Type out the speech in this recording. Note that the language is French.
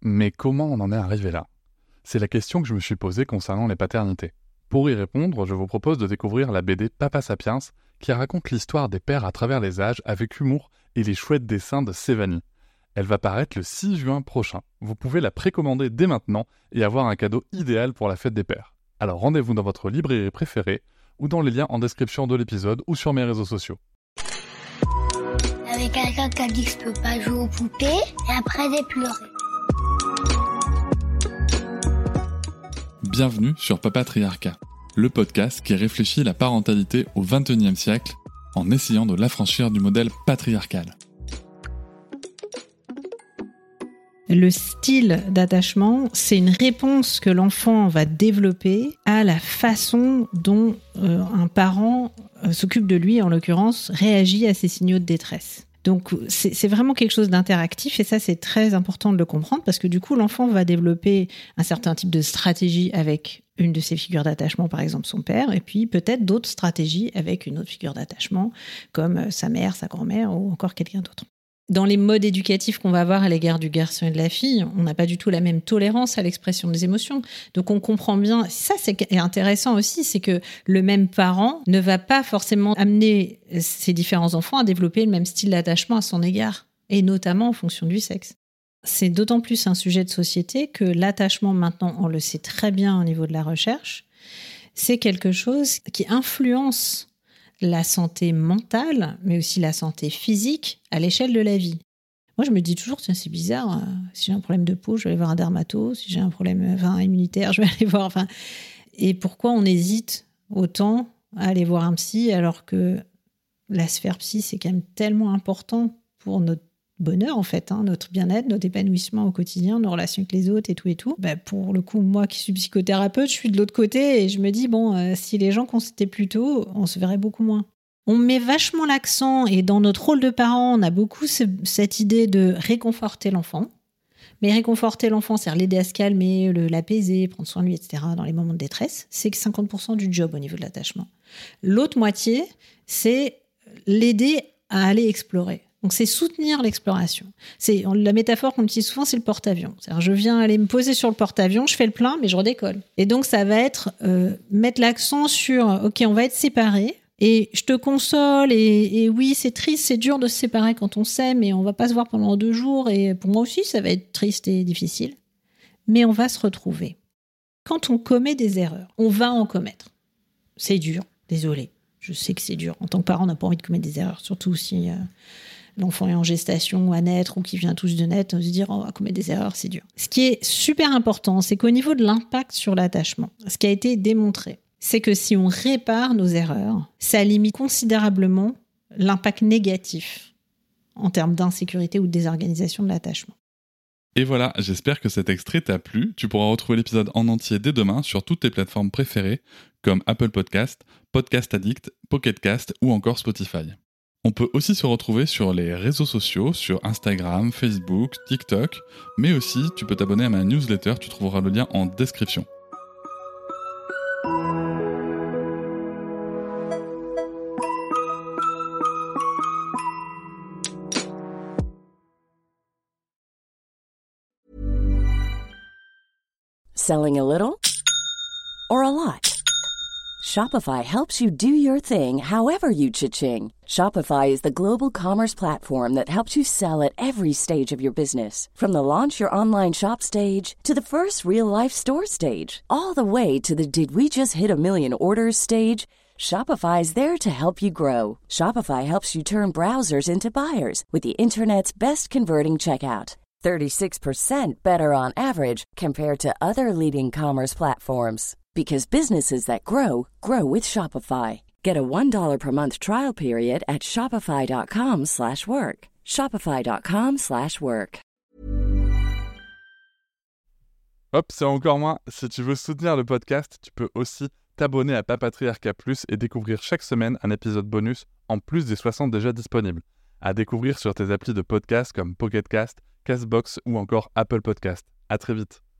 Mais comment on en est arrivé là ? C'est la question que je me suis posée concernant les paternités. Pour y répondre, je vous propose de découvrir la BD Papa Sapiens, qui raconte l'histoire des pères à travers les âges avec humour et les chouettes dessins de Sévanie. Elle va paraître le 6 juin prochain. Vous pouvez la précommander dès maintenant et avoir un cadeau idéal pour la fête des pères. Alors rendez-vous dans votre librairie préférée ou dans les liens en description de l'épisode ou sur mes réseaux sociaux. Avec quelqu'un qui a dit que je peux pas jouer aux poupées et après j'ai pleuré. Bienvenue sur Papatriarcat, le podcast qui réfléchit la parentalité au XXIe siècle en essayant de l'affranchir du modèle patriarcal. Le style d'attachement, c'est une réponse que l'enfant va développer à la façon dont un parent s'occupe de lui, en l'occurrence, réagit à ces signaux de détresse. Donc c'est vraiment quelque chose d'interactif et ça c'est très important de le comprendre parce que du coup l'enfant va développer un certain type de stratégie avec une de ses figures d'attachement, par exemple son père, et puis peut-être d'autres stratégies avec une autre figure d'attachement comme sa mère, sa grand-mère ou encore quelqu'un d'autre. Dans les modes éducatifs qu'on va avoir à l'égard du garçon et de la fille, on n'a pas du tout la même tolérance à l'expression des émotions. Donc on comprend bien, ça c'est intéressant aussi, c'est que le même parent ne va pas forcément amener ses différents enfants à développer le même style d'attachement à son égard, et notamment en fonction du sexe. C'est d'autant plus un sujet de société que l'attachement maintenant, on le sait très bien au niveau de la recherche, c'est quelque chose qui influence la santé mentale, mais aussi la santé physique à l'échelle de la vie. Moi, je me dis toujours, tiens, c'est bizarre, si j'ai un problème de peau, je vais aller voir un dermato, si j'ai un problème immunitaire, je vais aller voir... Et pourquoi on hésite autant à aller voir un psy alors que la sphère psy, c'est quand même tellement important pour notre bonheur, en fait, notre bien-être, notre épanouissement au quotidien, nos relations avec les autres et tout. Pour le coup, moi qui suis psychothérapeute, je suis de l'autre côté et je me dis, si les gens consultaient plus tôt, on se verrait beaucoup moins. On met vachement l'accent et dans notre rôle de parent, on a beaucoup cette idée de réconforter l'enfant. Mais réconforter l'enfant, c'est-à-dire l'aider à se calmer, l'apaiser, prendre soin de lui, etc., dans les moments de détresse, c'est que 50% du job au niveau de l'attachement. L'autre moitié, c'est l'aider à aller explorer. Donc, c'est soutenir l'exploration. La métaphore qu'on utilise souvent, c'est le porte-avions. C'est-à-dire, je viens aller me poser sur le porte-avions, je fais le plein, mais je redécolle. Et donc, ça va être mettre l'accent sur, OK, on va être séparés, et je te console, et oui, c'est triste, c'est dur de se séparer quand on s'aime, et on va pas se voir pendant 2 jours, et pour moi aussi, ça va être triste et difficile. Mais on va se retrouver. Quand on commet des erreurs, on va en commettre. C'est dur, désolé. Je sais que c'est dur. En tant que parent, on n'a pas envie de commettre des erreurs, surtout si... l'enfant est en gestation ou à naître ou qui vient tous de naître, on se dire on va commettre des erreurs, c'est dur. Ce qui est super important, c'est qu'au niveau de l'impact sur l'attachement, ce qui a été démontré, c'est que si on répare nos erreurs, ça limite considérablement l'impact négatif en termes d'insécurité ou de désorganisation de l'attachement. Et voilà, j'espère que cet extrait t'a plu. Tu pourras retrouver l'épisode en entier dès demain sur toutes tes plateformes préférées comme Apple Podcast, Podcast Addict, Pocket Cast ou encore Spotify. On peut aussi se retrouver sur les réseaux sociaux, sur Instagram, Facebook, TikTok, mais aussi tu peux t'abonner à ma newsletter, tu trouveras le lien en description. Selling a little or a lot? Shopify helps you do your thing however you cha-ching. Shopify is the global commerce platform that helps you sell at every stage of your business. From the launch your online shop stage to the first real-life store stage, all the way to the did we just hit a million orders stage. Shopify's there to help you grow. Shopify helps you turn browsers into buyers with the internet's best converting checkout. 36% better on average compared to other leading commerce platforms. Because businesses that grow, grow with Shopify. Get a $1 per month trial period at shopify.com/work. Shopify.com/work. Hop, c'est encore moins. Si tu veux soutenir le podcast, tu peux aussi t'abonner à Papatriarcat Plus et découvrir chaque semaine un épisode bonus en plus des 60 déjà disponibles. À découvrir sur tes applis de podcast comme Pocket Cast, Castbox ou encore Apple Podcast. À très vite.